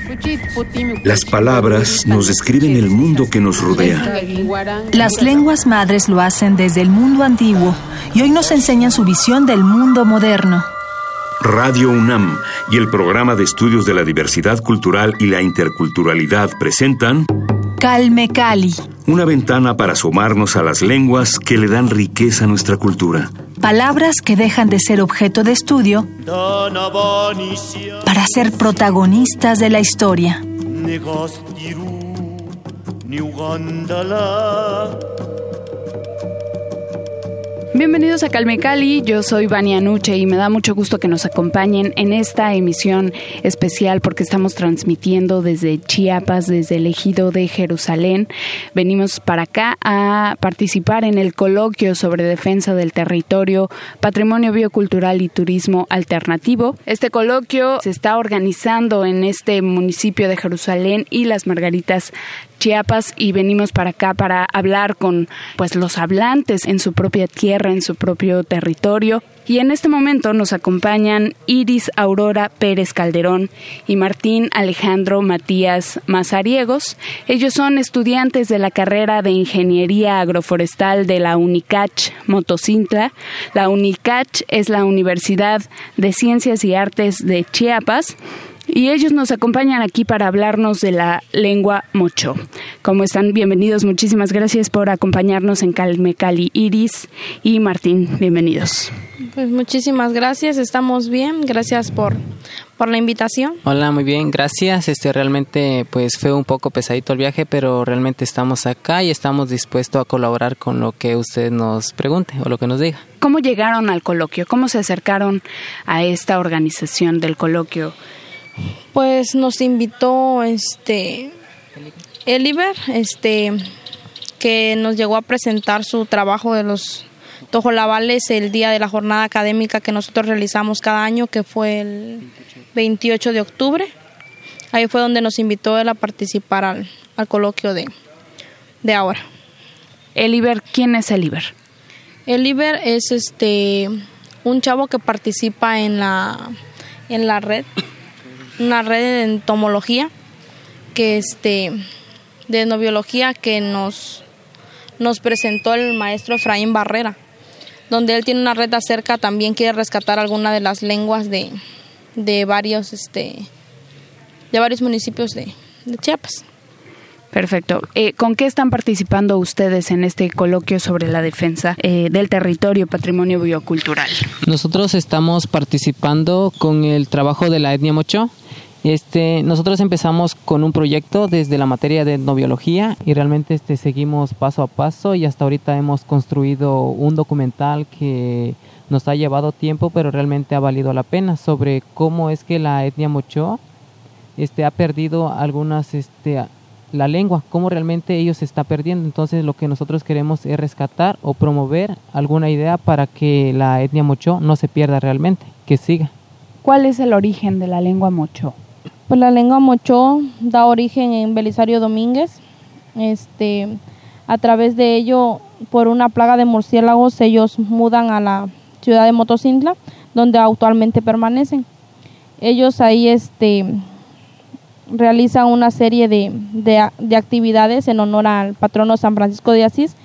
Las palabras nos describen el mundo que nos rodea. Las lenguas madres lo hacen desde el mundo antiguo y hoy nos enseñan su visión del mundo moderno. Radio UNAM y el Programa de Estudios de la Diversidad Cultural y la Interculturalidad presentan Calme Cali. Una ventana para asomarnos a las lenguas que le dan riqueza a nuestra cultura. Palabras que dejan de ser objeto de estudio para ser protagonistas de la historia. Bienvenidos a Calme Cali, yo soy Vania Nuche y me da mucho gusto que nos acompañen en esta emisión especial porque estamos transmitiendo desde Chiapas, desde el ejido de Jerusalén. Venimos para acá a participar en el coloquio sobre defensa del territorio, patrimonio biocultural y turismo alternativo. Este coloquio se está organizando en este municipio de Jerusalén y Las Margaritas, Chiapas, y venimos para acá para hablar con los hablantes en su propia tierra, en su propio territorio. Y en este momento nos acompañan Iris Aurora Pérez Calderón y Martín Alejandro Matías Mazariegos. Ellos son estudiantes de la carrera de Ingeniería Agroforestal de la UNICACH Motocintla. La UNICACH es la Universidad de Ciencias y Artes de Chiapas. Y ellos nos acompañan aquí para hablarnos de la lengua mocho. ¿Cómo están? Bienvenidos. Muchísimas gracias por acompañarnos en Calme Cali. Iris y Martín, bienvenidos. Pues muchísimas gracias. Estamos bien. Gracias por la invitación. Hola, muy bien. Gracias. Realmente fue un poco pesadito el viaje, pero realmente estamos acá y estamos dispuestos a colaborar con lo que usted nos pregunte o lo que nos diga. ¿Cómo llegaron al coloquio? ¿Cómo se acercaron a esta organización del coloquio? Pues nos invitó Eliber, que nos llegó a presentar su trabajo de los tojolabales el día de la jornada académica que nosotros realizamos cada año, que fue el 28 de octubre. Ahí fue donde nos invitó él a participar al coloquio de ahora. Eliber, ¿quién es Eliber? Eliber es un chavo que participa en la red. Una red de entomología de etnobiología que nos presentó el maestro Efraín Barrera, donde él tiene una red acerca, también quiere rescatar alguna de las lenguas de varios municipios de Chiapas. Perfecto. ¿Con qué están participando ustedes en este coloquio sobre la defensa del territorio patrimonio biocultural? Nosotros estamos participando con el trabajo de la etnia mocho. Nosotros empezamos con un proyecto desde la materia de etnobiología y realmente seguimos paso a paso y hasta ahorita hemos construido un documental que nos ha llevado tiempo, pero realmente ha valido la pena, sobre cómo es que la etnia mocho ha perdido algunas la lengua, cómo realmente ellos se está perdiendo. Entonces lo que nosotros queremos es rescatar o promover alguna idea para que la etnia mocho no se pierda realmente, que siga. ¿Cuál es el origen de la lengua mocho? Pues la lengua mocho da origen en Belisario Domínguez. A través de ello, por una plaga de murciélagos, ellos mudan a la ciudad de Motocintla, donde actualmente permanecen. Ellos ahí realizan una serie de actividades en honor al patrono San Francisco de Asís,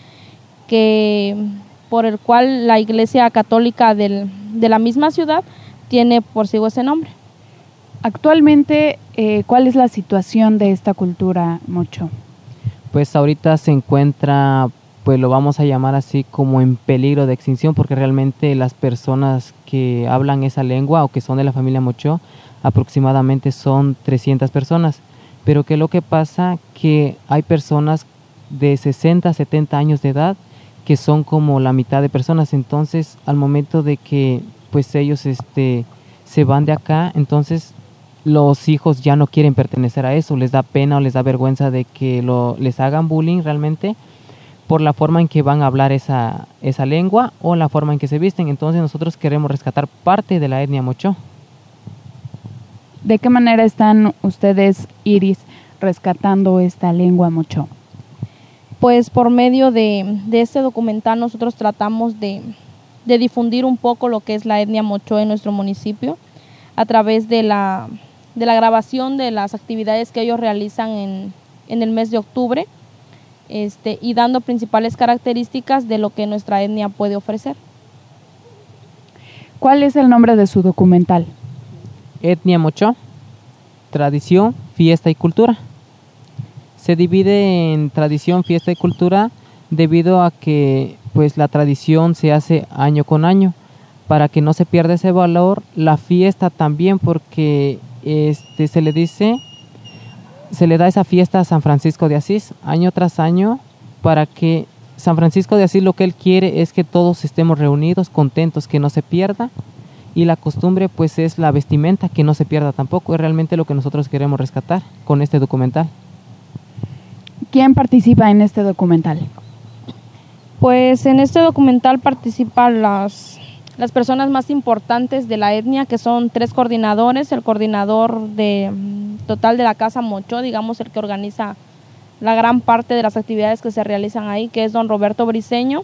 por el cual la Iglesia Católica de la misma ciudad tiene por sí ese nombre. Actualmente, ¿cuál es la situación de esta cultura mocho? Pues ahorita se encuentra, lo vamos a llamar así, como en peligro de extinción, porque realmente las personas que hablan esa lengua o que son de la familia mocho aproximadamente son 300 personas, pero ¿qué es lo que pasa? Que hay personas de 60, 70 años de edad que son como la mitad de personas. Entonces al momento de que ellos se van de acá, entonces los hijos ya no quieren pertenecer a eso, les da pena o les da vergüenza de que les hagan bullying realmente por la forma en que van a hablar esa lengua o la forma en que se visten. Entonces nosotros queremos rescatar parte de la etnia mocho. ¿De qué manera están ustedes, Iris, rescatando esta lengua mocho? Pues por medio de este documental nosotros tratamos de difundir un poco lo que es la etnia mocho en nuestro municipio a través de la la grabación de las actividades que ellos realizan en el mes de octubre, y dando principales características de lo que nuestra etnia puede ofrecer. ¿Cuál es el nombre de su documental? Etnia Mochó, tradición, fiesta y cultura. Se divide en tradición, fiesta y cultura debido a que pues la tradición se hace año con año para que no se pierda ese valor, la fiesta también porque se le da esa fiesta a San Francisco de Asís año tras año para que San Francisco de Asís lo que él quiere es que todos estemos reunidos, contentos, que no se pierda, y la costumbre pues es la vestimenta, que no se pierda tampoco, es realmente lo que nosotros queremos rescatar con este documental. ¿Quién participa en este documental? Pues en este documental participan las personas más importantes de la etnia, que son 3 coordinadores, el coordinador total de la Casa Mochó, digamos el que organiza la gran parte de las actividades que se realizan ahí, que es don Roberto Briceño,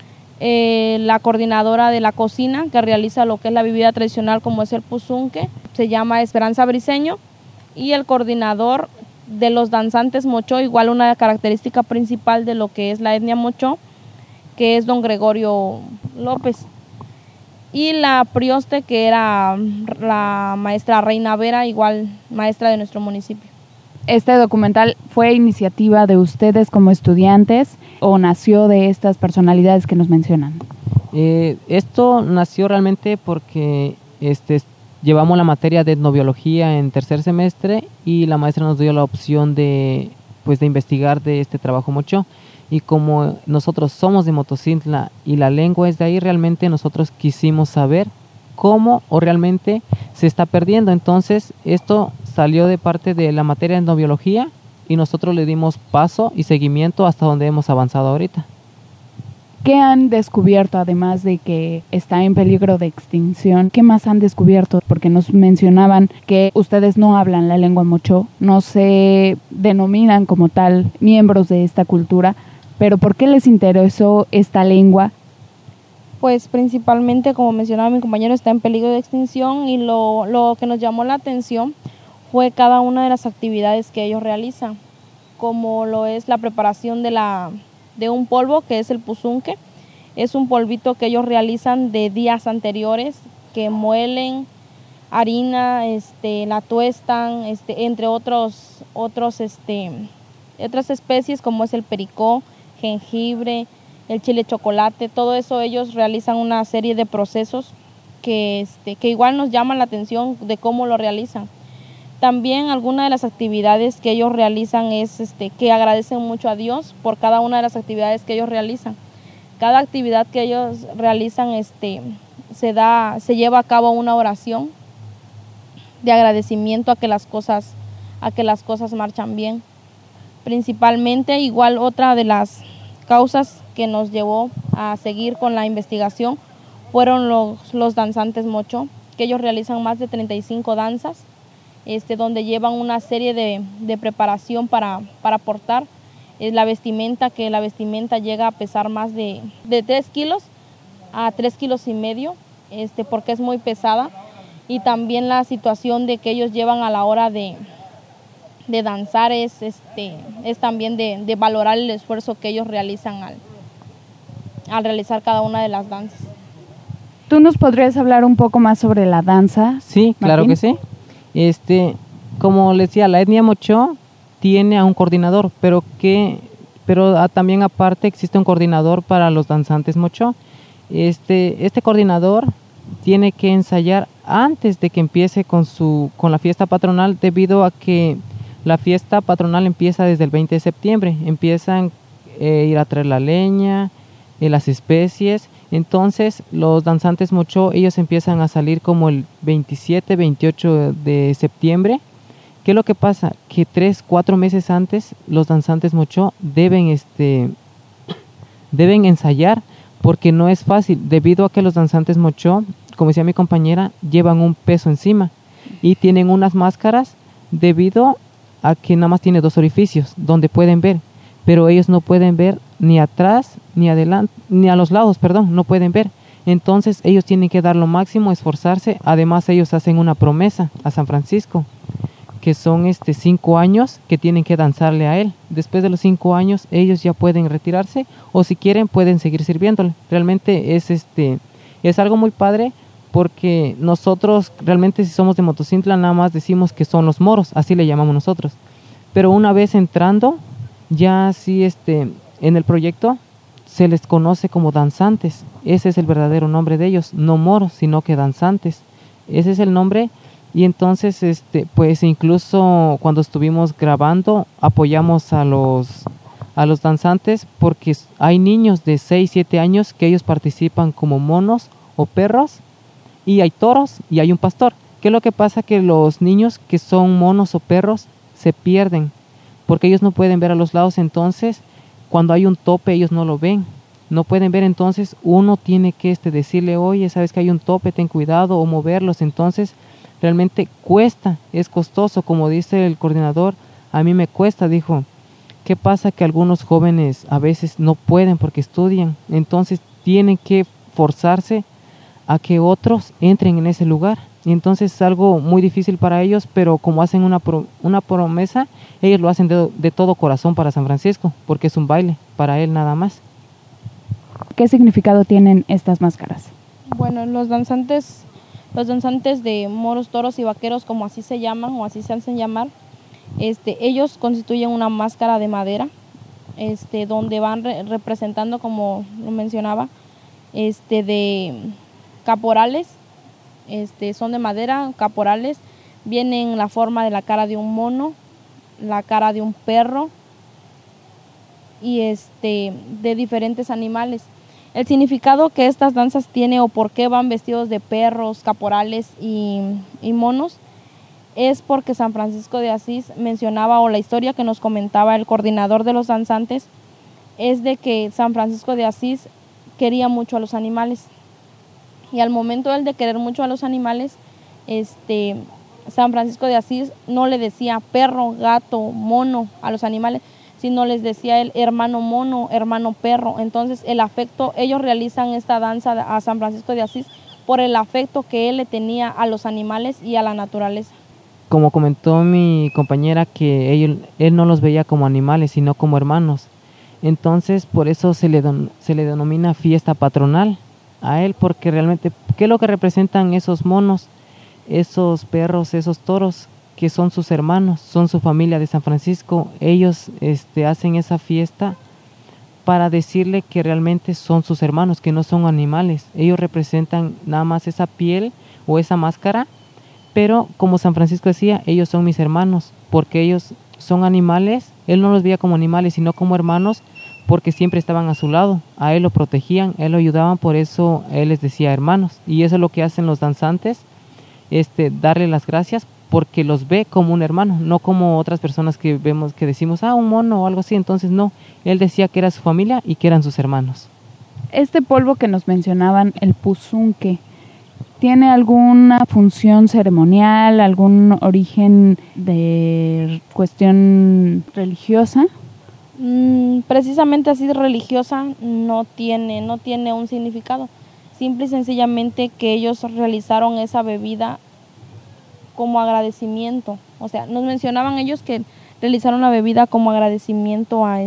la coordinadora de la cocina, que realiza lo que es la bebida tradicional como es el puzunque, se llama Esperanza Briceño, y el coordinador de los danzantes Mochó, igual una característica principal de lo que es la etnia Mochó, que es don Gregorio López. Y la prioste, que era la maestra Reina Vera, igual maestra de nuestro municipio. ¿Este documental fue iniciativa de ustedes como estudiantes o nació de estas personalidades que nos mencionan? Esto nació realmente porque llevamos la materia de etnobiología en tercer semestre y la maestra nos dio la opción de investigar de este trabajo Mochó. Y como nosotros somos de Motocintla y la lengua es de ahí, realmente nosotros quisimos saber cómo o realmente se está perdiendo. Entonces esto salió de parte de la materia de etnobiología y nosotros le dimos paso y seguimiento hasta donde hemos avanzado ahorita. ¿Qué han descubierto además de que está en peligro de extinción? ¿Qué más han descubierto? Porque nos mencionaban que ustedes no hablan la lengua Mochó, no se denominan como tal miembros de esta cultura, pero ¿por qué les interesó esta lengua? Pues principalmente, como mencionaba mi compañero, está en peligro de extinción y lo que nos llamó la atención fue cada una de las actividades que ellos realizan, como lo es la preparación de un polvo que es el puzunque. Es un polvito que ellos realizan de días anteriores, que muelen harina, la tuestan, entre otras especies como es el pericó, jengibre, el chile chocolate. Todo eso ellos realizan una serie de procesos que igual nos llaman la atención de cómo lo realizan. También alguna de las actividades que ellos realizan es que agradecen mucho a Dios por cada una de las actividades que ellos realizan. Cada actividad que ellos realizan se lleva a cabo una oración de agradecimiento a que las cosas marchan bien. Principalmente, igual otra de las causas que nos llevó a seguir con la investigación fueron los danzantes Mochó, que ellos realizan más de 35 danzas, donde llevan una serie de preparación para portar la vestimenta, que la vestimenta llega a pesar más de 3 kilos a 3 kilos y medio, porque es muy pesada, y también la situación de que ellos llevan a la hora de danzar es también de valorar el esfuerzo que ellos realizan al realizar cada una de las danzas. ¿Tú nos podrías hablar un poco más sobre la danza? Sí, claro que sí. Como les decía, la etnia Mochó tiene a un coordinador, pero también aparte existe un coordinador para los danzantes Mochó. Este coordinador tiene que ensayar antes de que empiece con la fiesta patronal, debido a que la fiesta patronal empieza desde el 20 de septiembre. Empiezan a ir a traer la leña, las especies. Entonces los danzantes Mochó, ellos empiezan a salir como el 27, 28 de septiembre. ¿Qué es lo que pasa? Que 3-4 meses antes los danzantes Mochó deben ensayar, porque no es fácil, debido a que los danzantes Mochó, como decía mi compañera, llevan un peso encima y tienen unas máscaras debido a que nada más tiene 2 orificios donde pueden ver, pero ellos no pueden ver ni atrás, ni adelante, ni a los lados, no pueden ver. Entonces ellos tienen que dar lo máximo, esforzarse. Además ellos hacen una promesa a San Francisco que son 5 años que tienen que danzarle a él. Después de los 5 años ellos ya pueden retirarse o si quieren pueden seguir sirviéndole. Realmente es algo muy padre porque nosotros realmente si somos de Motocintla nada más decimos que son los moros, así le llamamos nosotros. Pero una vez entrando ya sí en el proyecto se les conoce como danzantes. Ese es el verdadero nombre de ellos, no moros, sino que danzantes. Ese es el nombre. Y entonces, pues incluso cuando estuvimos grabando, apoyamos a los danzantes porque hay niños de 6, 7 años que ellos participan como monos o perros y hay toros y hay un pastor. ¿Qué es lo que pasa? Que los niños que son monos o perros se pierden porque ellos no pueden ver a los lados, entonces cuando hay un tope ellos no lo ven. No pueden ver, entonces uno tiene que decirle, oye, sabes que hay un tope, ten cuidado, o moverlos. Entonces realmente cuesta, es costoso, como dice el coordinador, a mí me cuesta, dijo. ¿Qué pasa? Que algunos jóvenes a veces no pueden porque estudian, entonces tienen que forzarse a que otros entren en ese lugar. Y entonces es algo muy difícil para ellos, pero como hacen una promesa, ellos lo hacen de todo corazón para San Francisco, porque es un baile para él nada más. ¿Qué significado tienen estas máscaras? Bueno, los danzantes de moros, toros y vaqueros, como así se llaman o así se hacen llamar, ellos constituyen una máscara de madera, donde van representando, como lo mencionaba, de caporales, son de madera, caporales, vienen en la forma de la cara de un mono, la cara de un perro y de diferentes animales. El significado que estas danzas tienen o por qué van vestidos de perros, caporales y monos es porque San Francisco de Asís mencionaba, o la historia que nos comentaba el coordinador de los danzantes, es de que San Francisco de Asís quería mucho a los animales. Y al momento de querer mucho a los animales, San Francisco de Asís no le decía perro, gato, mono a los animales, sino les decía el hermano mono, hermano perro. Entonces el afecto, ellos realizan esta danza a San Francisco de Asís por el afecto que él le tenía a los animales y a la naturaleza. Como comentó mi compañera, que él no los veía como animales, sino como hermanos. Entonces por eso se le denomina fiesta patronal a él, porque realmente, ¿qué es lo que representan esos monos, esos perros, esos toros? Que son sus hermanos, son su familia de San Francisco. Ellos hacen esa fiesta para decirle que realmente son sus hermanos, que no son animales. Ellos representan nada más esa piel o esa máscara, pero como San Francisco decía, ellos son mis hermanos, porque ellos son animales. Él no los veía como animales, sino como hermanos, porque siempre estaban a su lado, a él lo protegían, a él lo ayudaban, por eso él les decía hermanos. Y eso es lo que hacen los danzantes, darle las gracias, porque los ve como un hermano, no como otras personas que vemos que decimos, un mono o algo así. Entonces no, él decía que era su familia y que eran sus hermanos. Este polvo que nos mencionaban, el puzunque, ¿tiene alguna función ceremonial, algún origen de cuestión religiosa? Precisamente así religiosa no tiene un significado. Simple y sencillamente que ellos realizaron esa bebida como agradecimiento. O sea, nos mencionaban ellos que realizaron la bebida como agradecimiento a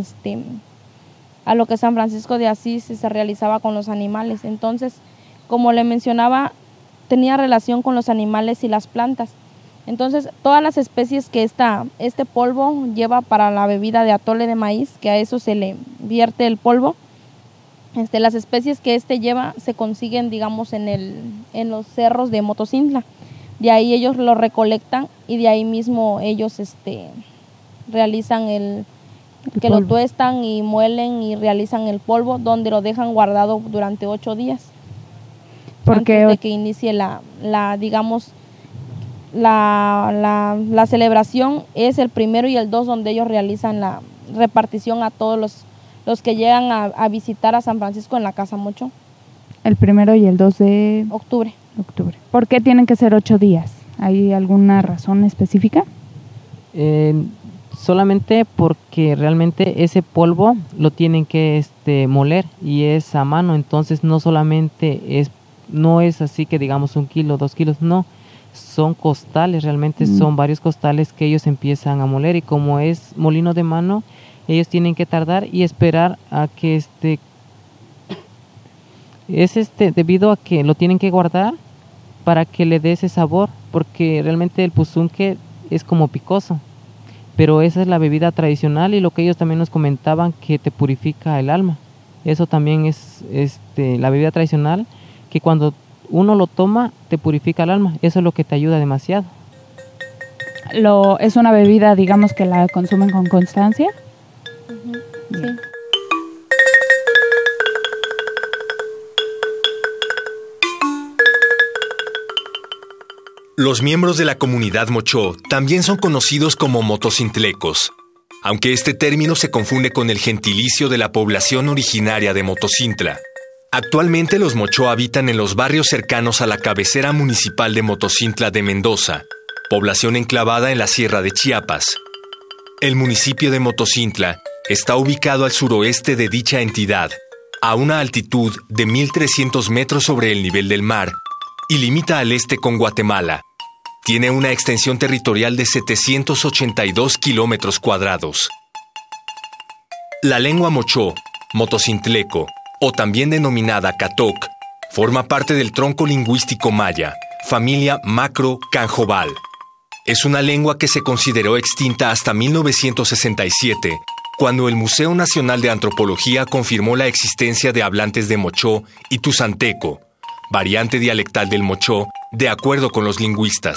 lo que San Francisco de Asís se realizaba con los animales. Entonces, como le mencionaba, tenía relación con los animales y las plantas. Entonces, todas las especies que este polvo lleva para la bebida de atole de maíz, que a eso se le vierte el polvo, las especies que lleva se consiguen, digamos, en los cerros de Motocintla. De ahí ellos lo recolectan y de ahí mismo ellos realizan lo tuestan y muelen y realizan el polvo, donde lo dejan guardado durante 8 días. Antes de que inicie la celebración. Es el 1 y el 2 donde ellos realizan la repartición a todos los que llegan a visitar a San Francisco en la Casa Mocho. El 1 y el 2 de octubre. ¿Por qué tienen que ser 8 días? ¿Hay alguna razón específica? Solamente porque realmente ese polvo lo tienen que moler y es a mano. Entonces no solamente no es así que digamos 1 kilo, 2 kilos, no, son costales, realmente son varios costales que ellos empiezan a moler, y como es molino de mano, ellos tienen que tardar y esperar a que debido a que lo tienen que guardar para que le dé ese sabor, porque realmente el puzunque es como picoso, pero esa es la bebida tradicional, y lo que ellos también nos comentaban, que te purifica el alma. Eso también es la bebida tradicional, que cuando uno lo toma te purifica el alma. Eso es lo que te ayuda demasiado. ¿Es una bebida, digamos, que la consumen con constancia? Sí. Los miembros de la comunidad mochó también son conocidos como motocintlecos, aunque este término se confunde con el gentilicio de la población originaria de Motocintla. Actualmente los mochó habitan en los barrios cercanos a la cabecera municipal de Motocintla de Mendoza, población enclavada en la Sierra de Chiapas. El municipio de Motocintla está ubicado al suroeste de dicha entidad, a una altitud de 1.300 metros sobre el nivel del mar, y limita al este con Guatemala. Tiene una extensión territorial de 782 kilómetros cuadrados. La lengua mochó, motocintleco, o también denominada Catoc, forma parte del tronco lingüístico maya, familia Macro-Canjobal. Es una lengua que se consideró extinta hasta 1967, cuando el Museo Nacional de Antropología confirmó la existencia de hablantes de mochó y tuzanteco, variante dialectal del mochó, de acuerdo con los lingüistas.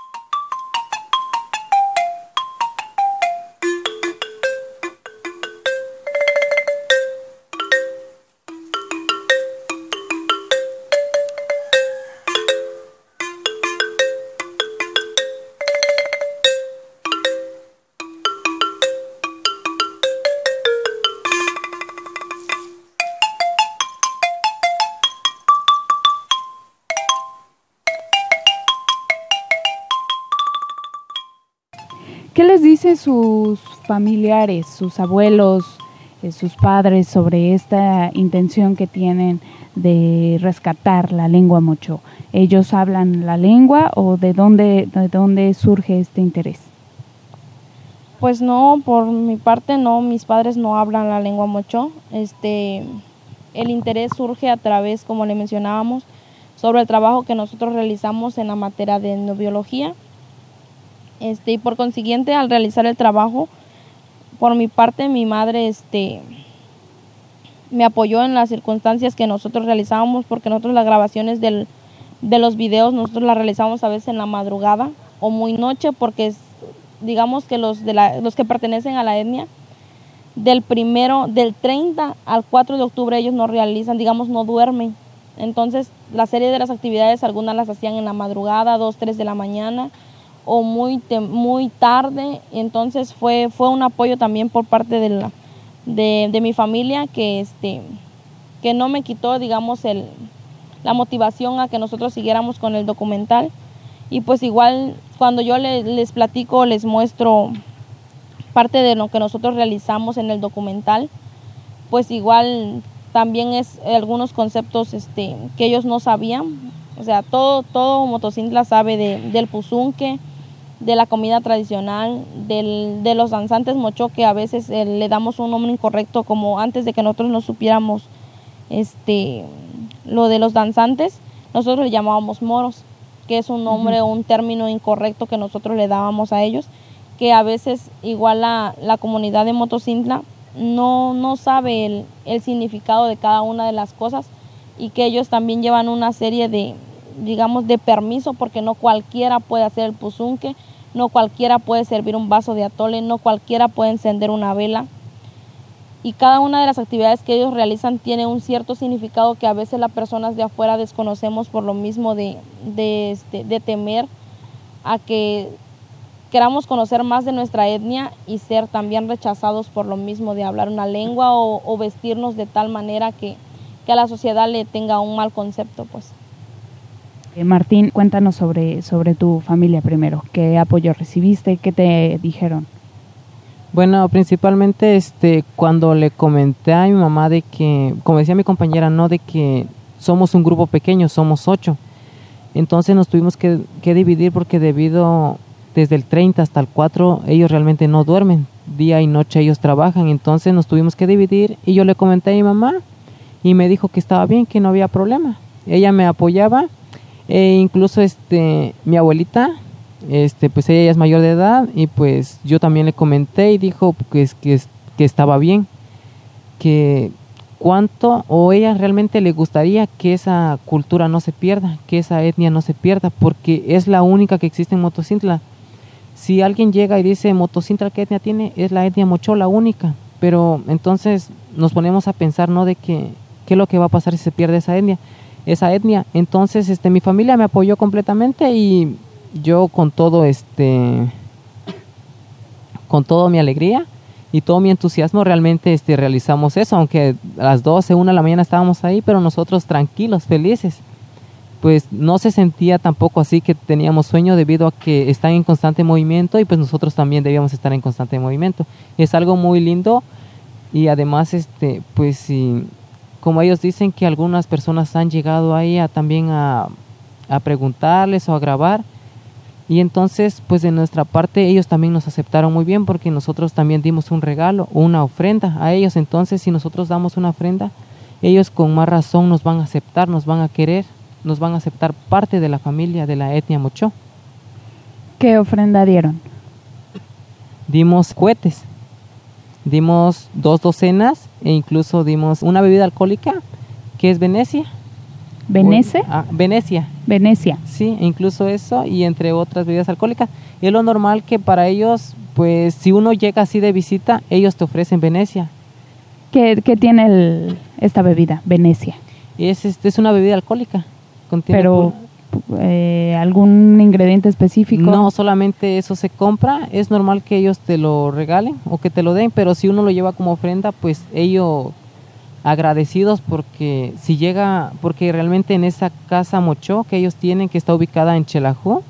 ¿Qué les dicen sus familiares, sus abuelos, sus padres sobre esta intención que tienen de rescatar la lengua mochó? ¿Ellos hablan la lengua o de dónde surge este interés? Pues no, por mi parte no, mis padres no hablan la lengua mochó. El interés surge a través, como le mencionábamos, sobre el trabajo que nosotros realizamos en la materia de etnobiología. Y por consiguiente, al realizar el trabajo, por mi parte, mi madre me apoyó en las circunstancias que nosotros realizábamos, porque nosotros las grabaciones de los videos nosotros las realizamos a veces en la madrugada o muy noche, porque digamos que los que pertenecen a la etnia, del 30 al 4 de octubre ellos no realizan, digamos, no duermen. Entonces, la serie de las actividades, algunas las hacían en la madrugada, 2, 3 de la mañana, o muy tarde. Entonces fue un apoyo también por parte de mi familia que no me quitó, digamos, la motivación a que nosotros siguiéramos con el documental. Y pues igual cuando yo les platico, les muestro parte de lo que nosotros realizamos en el documental, pues igual también es algunos conceptos que ellos no sabían. O sea, todo Motocintla sabe del puzunque, de la comida tradicional, de los danzantes mochó, que a veces le damos un nombre incorrecto, como antes de que nosotros no supiéramos lo de los danzantes, nosotros le llamábamos moros, que es un nombre o un término incorrecto que nosotros le dábamos a ellos, que a veces igual la comunidad de Motocintla no sabe el significado de cada una de las cosas, y que ellos también llevan una serie de permiso, porque no cualquiera puede hacer el puzunque, no cualquiera puede servir un vaso de atole, no cualquiera puede encender una vela, y cada una de las actividades que ellos realizan tiene un cierto significado que a veces las personas de afuera desconocemos, por lo mismo de temer a que queramos conocer más de nuestra etnia y ser también rechazados por lo mismo de hablar una lengua o vestirnos de tal manera que a la sociedad le tenga un mal concepto, pues. Martín, cuéntanos sobre tu familia primero. ¿Qué apoyo recibiste? ¿Qué te dijeron? Bueno, principalmente cuando le comenté a mi mamá de que, como decía mi compañera, no de que somos un grupo pequeño, somos 8. Entonces nos tuvimos que dividir porque desde el 30 hasta el 4 ellos realmente no duermen, día y noche ellos trabajan, entonces nos tuvimos que dividir y yo le comenté a mi mamá y me dijo que estaba bien, que no había problema. Ella me apoyaba e incluso mi abuelita, pues ella ya es mayor de edad y pues yo también le comenté y dijo pues, que estaba bien, que cuánto o ella realmente le gustaría que esa cultura no se pierda, que esa etnia no se pierda, porque es la única que existe en Motocintla. Si alguien llega y dice Motocintla, ¿qué etnia tiene? Es la etnia Mochó, la única. Pero entonces nos ponemos a pensar, ¿no? De qué es lo que va a pasar si se pierde esa etnia. Entonces mi familia me apoyó completamente y yo con todo mi alegría y todo mi entusiasmo realmente realizamos eso, aunque a las 12, 1 de la mañana estábamos ahí, pero nosotros tranquilos, felices. Pues no se sentía tampoco así que teníamos sueño debido a que están en constante movimiento y pues nosotros también debíamos estar en constante movimiento. Es algo muy lindo y además pues sí, como ellos dicen que algunas personas han llegado ahí también a preguntarles o a grabar y entonces pues de nuestra parte ellos también nos aceptaron muy bien porque nosotros también dimos un regalo o una ofrenda a ellos. Entonces si nosotros damos una ofrenda, ellos con más razón nos van a aceptar, nos van a querer, nos van a aceptar parte de la familia de la etnia Mochó. ¿Qué ofrenda dieron? Dimos cohetes, dimos 2 docenas e incluso dimos una bebida alcohólica que es Venecia. ¿Venece? Venecia. Venecia. Sí, incluso eso y entre otras bebidas alcohólicas. Y es lo normal que para ellos, pues si uno llega así de visita, ellos te ofrecen Venecia. ¿Qué tiene esta bebida, Venecia? Es una bebida alcohólica. Pero ¿algún ingrediente específico? No, solamente eso se compra. Es normal que ellos te lo regalen o que te lo den, pero si uno lo lleva como ofrenda, pues ellos agradecidos porque realmente en esa casa Mochó que ellos tienen, que está ubicada en Chelajú,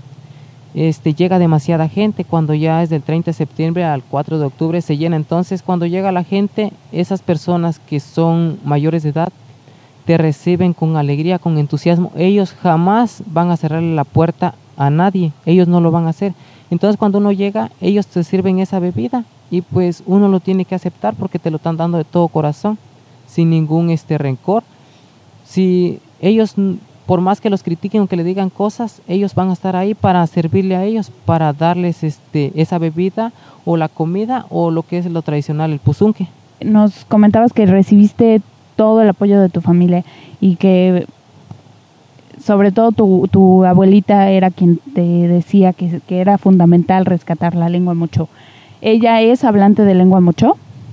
llega demasiada gente. Cuando ya es del 30 de septiembre al 4 de octubre se llena. Entonces cuando llega la gente, esas personas que son mayores de edad te reciben con alegría, con entusiasmo. Ellos jamás van a cerrarle la puerta a nadie, ellos no lo van a hacer. Entonces cuando uno llega, ellos te sirven esa bebida y pues uno lo tiene que aceptar porque te lo están dando de todo corazón, sin ningún rencor. Si ellos, por más que los critiquen o que le digan cosas, ellos van a estar ahí para servirle a ellos, para darles esa bebida o la comida o lo que es lo tradicional, el puzunque. Nos comentabas que recibiste todo el apoyo de tu familia y que sobre todo tu abuelita era quien te decía que era fundamental rescatar la lengua Mochó. ¿Ella es hablante de lengua Mochó?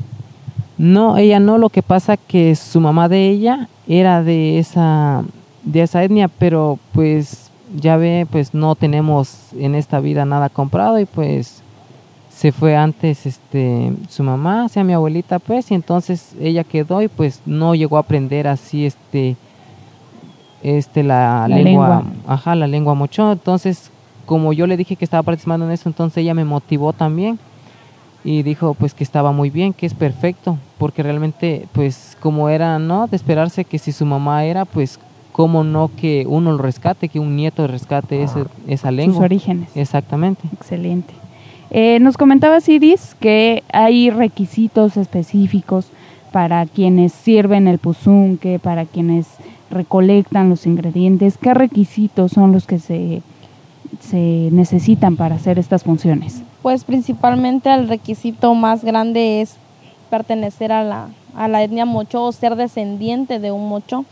No, ella no. Lo que pasa que su mamá de ella era de esa etnia, pero pues ya ve, pues no tenemos en esta vida nada comprado y pues se fue antes su mamá, o sea, mi abuelita, pues, y entonces ella quedó y pues no llegó a aprender así la lengua, la lengua Mochó. Entonces, como yo le dije que estaba participando en eso, entonces ella me motivó también y dijo pues que estaba muy bien, que es perfecto, porque realmente pues como era, ¿no?, de esperarse que si su mamá era, pues cómo no que uno lo rescate, que un nieto rescate esa lengua. Sus orígenes. Exactamente. Excelente. Nos comentaba Iris que hay requisitos específicos para quienes sirven el puzunque, para quienes recolectan los ingredientes. ¿Qué requisitos son los que se necesitan para hacer estas funciones? Pues principalmente el requisito más grande es pertenecer a la etnia Mochó o ser descendiente de un Mochó.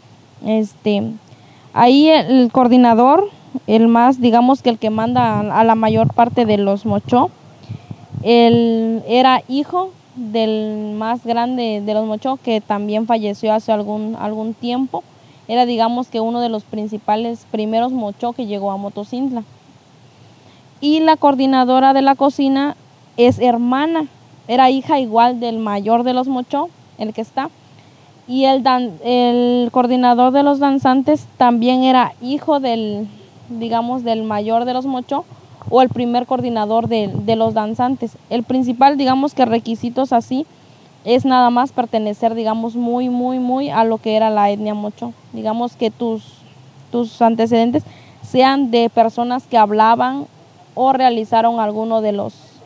Ahí el coordinador, digamos que el que manda a la mayor parte de los Mochó, él era hijo del más grande de los Mochó, que también falleció hace algún tiempo. Era, digamos, que uno de los primeros Mochó que llegó a Motocintla. Y la coordinadora de la cocina es hermana, era hija igual del mayor de los Mochó, el que está. Y el coordinador de los danzantes también era hijo del mayor de los Mochó, o el primer coordinador de los danzantes. El principal, digamos, que requisitos así es nada más pertenecer, digamos, muy, muy, muy a lo que era la etnia Mochó. Digamos que tus tus antecedentes sean de personas que hablaban o realizaron alguno de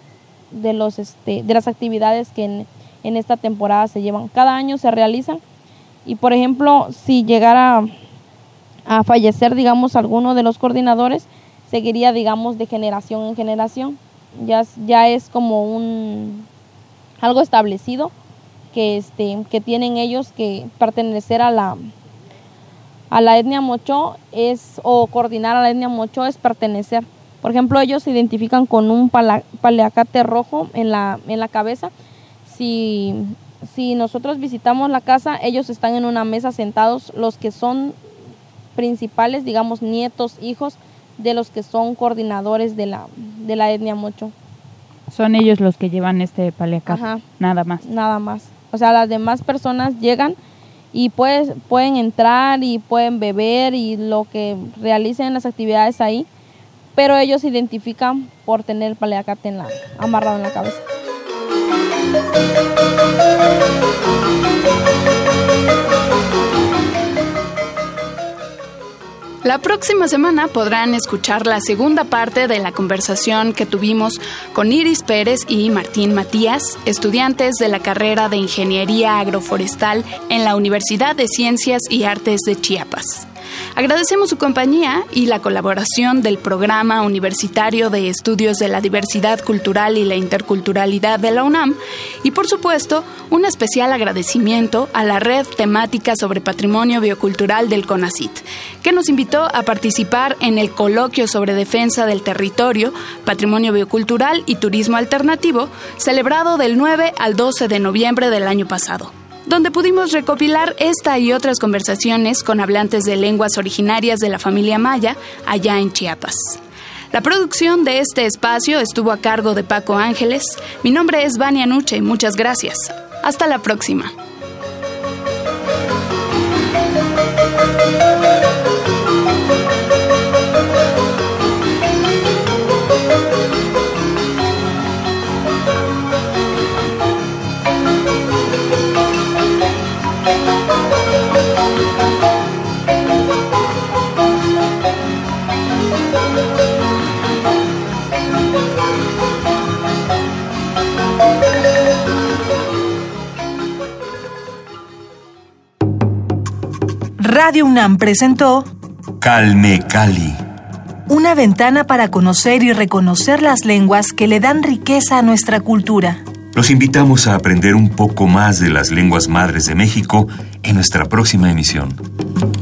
las actividades que en esta temporada se llevan. Cada año se realizan y, por ejemplo, si llegara a fallecer, digamos, alguno de los coordinadores, seguiría, digamos, de generación en generación. Ya es como algo establecido que tienen ellos, que pertenecer a la etnia mochó o coordinar a la etnia mochó es pertenecer. Por ejemplo, ellos se identifican con un paliacate rojo en la cabeza. Si nosotros visitamos la casa, ellos están en una mesa sentados, los que son principales, digamos, nietos, hijos de los que son coordinadores de la etnia mocho. Son ellos los que llevan este paliacate. Ajá. Nada más. O sea, las demás personas llegan y pueden entrar y pueden beber y lo que realicen las actividades ahí, pero ellos se identifican por tener el paliacate amarrado en la cabeza. La próxima semana podrán escuchar la segunda parte de la conversación que tuvimos con Iris Pérez y Martín Matías, estudiantes de la carrera de Ingeniería Agroforestal en la Universidad de Ciencias y Artes de Chiapas. Agradecemos su compañía y la colaboración del Programa Universitario de Estudios de la Diversidad Cultural y la Interculturalidad de la UNAM y, por supuesto, un especial agradecimiento a la Red Temática sobre Patrimonio Biocultural del CONACYT, que nos invitó a participar en el Coloquio sobre Defensa del Territorio, Patrimonio Biocultural y Turismo Alternativo, celebrado del 9 al 12 de noviembre del año pasado, donde pudimos recopilar esta y otras conversaciones con hablantes de lenguas originarias de la familia maya allá en Chiapas. La producción de este espacio estuvo a cargo de Paco Ángeles. Mi nombre es Vania Nuche y muchas gracias. Hasta la próxima. Radio UNAM presentó Calme Cali, una ventana para conocer y reconocer las lenguas que le dan riqueza a nuestra cultura. Los invitamos a aprender un poco más de las lenguas madres de México en nuestra próxima emisión.